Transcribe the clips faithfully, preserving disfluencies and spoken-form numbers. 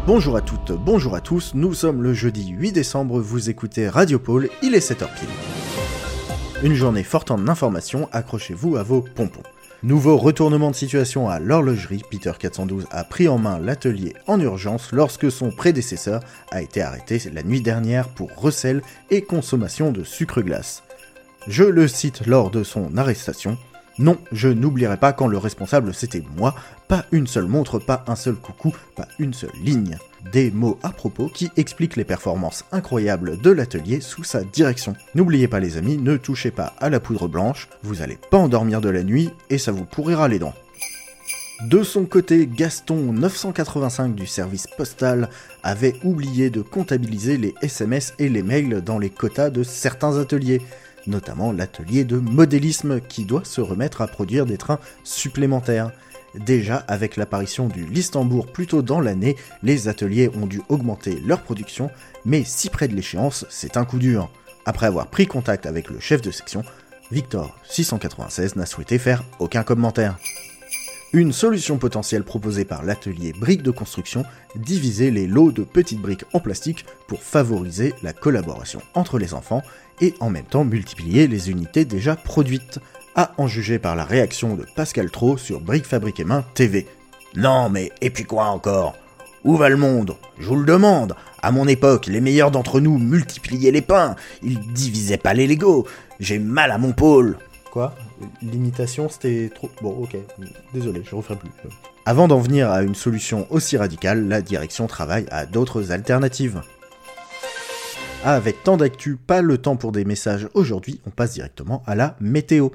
Bonjour à toutes, bonjour à tous, nous sommes le jeudi huit décembre, vous écoutez Radio Pôle, il est sept heures pile. Une journée forte en informations, accrochez-vous à vos pompons. Nouveau retournement de situation à l'horlogerie, Peter quatre cent douze a pris en main l'atelier en urgence lorsque son prédécesseur a été arrêté la nuit dernière pour recel et consommation de sucre glace. Je le cite lors de son arrestation. Non, je n'oublierai pas quand le responsable c'était moi, pas une seule montre, pas un seul coucou, pas une seule ligne. Des mots à propos qui expliquent les performances incroyables de l'atelier sous sa direction. N'oubliez pas les amis, ne touchez pas à la poudre blanche, vous allez pas endormir de la nuit et ça vous pourrira les dents. De son côté, Gaston neuf cent quatre-vingt-cinq du service postal avait oublié de comptabiliser les S M S et les mails dans les quotas de certains ateliers. Notamment l'atelier de modélisme qui doit se remettre à produire des trains supplémentaires. Déjà, avec l'apparition du Listembourg plus tôt dans l'année, les ateliers ont dû augmenter leur production, mais si près de l'échéance, c'est un coup dur. Après avoir pris contact avec le chef de section, Victor six cent quatre-vingt-seize n'a souhaité faire aucun commentaire. Une solution potentielle proposée par l'atelier briques de construction, diviser les lots de petites briques en plastique pour favoriser la collaboration entre les enfants et en même temps multiplier les unités déjà produites, à en juger par la réaction de Pascal Trot sur Briques Fabriquées Main T V. Non mais, et puis quoi encore ? Où va le monde ? Je vous le demande. À mon époque, les meilleurs d'entre nous multipliaient les pains, ils divisaient pas les Legos. J'ai mal à mon pôle. Quoi ? L'imitation c'était trop... Bon ok, désolé, je referai plus. Avant d'en venir à une solution aussi radicale, la direction travaille à d'autres alternatives. Ah, avec tant d'actu, pas le temps pour des messages aujourd'hui, on passe directement à la météo.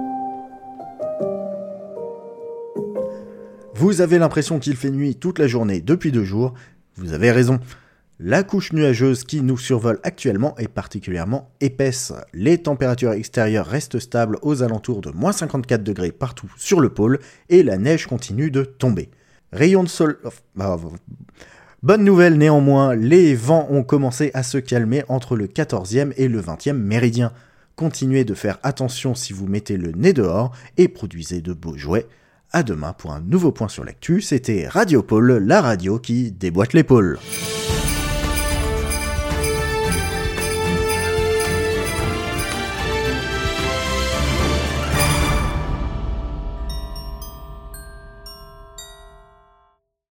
Vous avez l'impression qu'il fait nuit toute la journée depuis deux jours, vous avez raison. La couche nuageuse qui nous survole actuellement est particulièrement épaisse. Les températures extérieures restent stables aux alentours de moins cinquante-quatre degrés partout sur le pôle et la neige continue de tomber. Rayons de sol... Bonne nouvelle néanmoins, les vents ont commencé à se calmer entre le quatorzième et le vingtième méridien. Continuez de faire attention si vous mettez le nez dehors et produisez de beaux jouets. À demain pour un nouveau point sur l'actu, c'était Radio Pôle, la radio qui déboîte les pôles.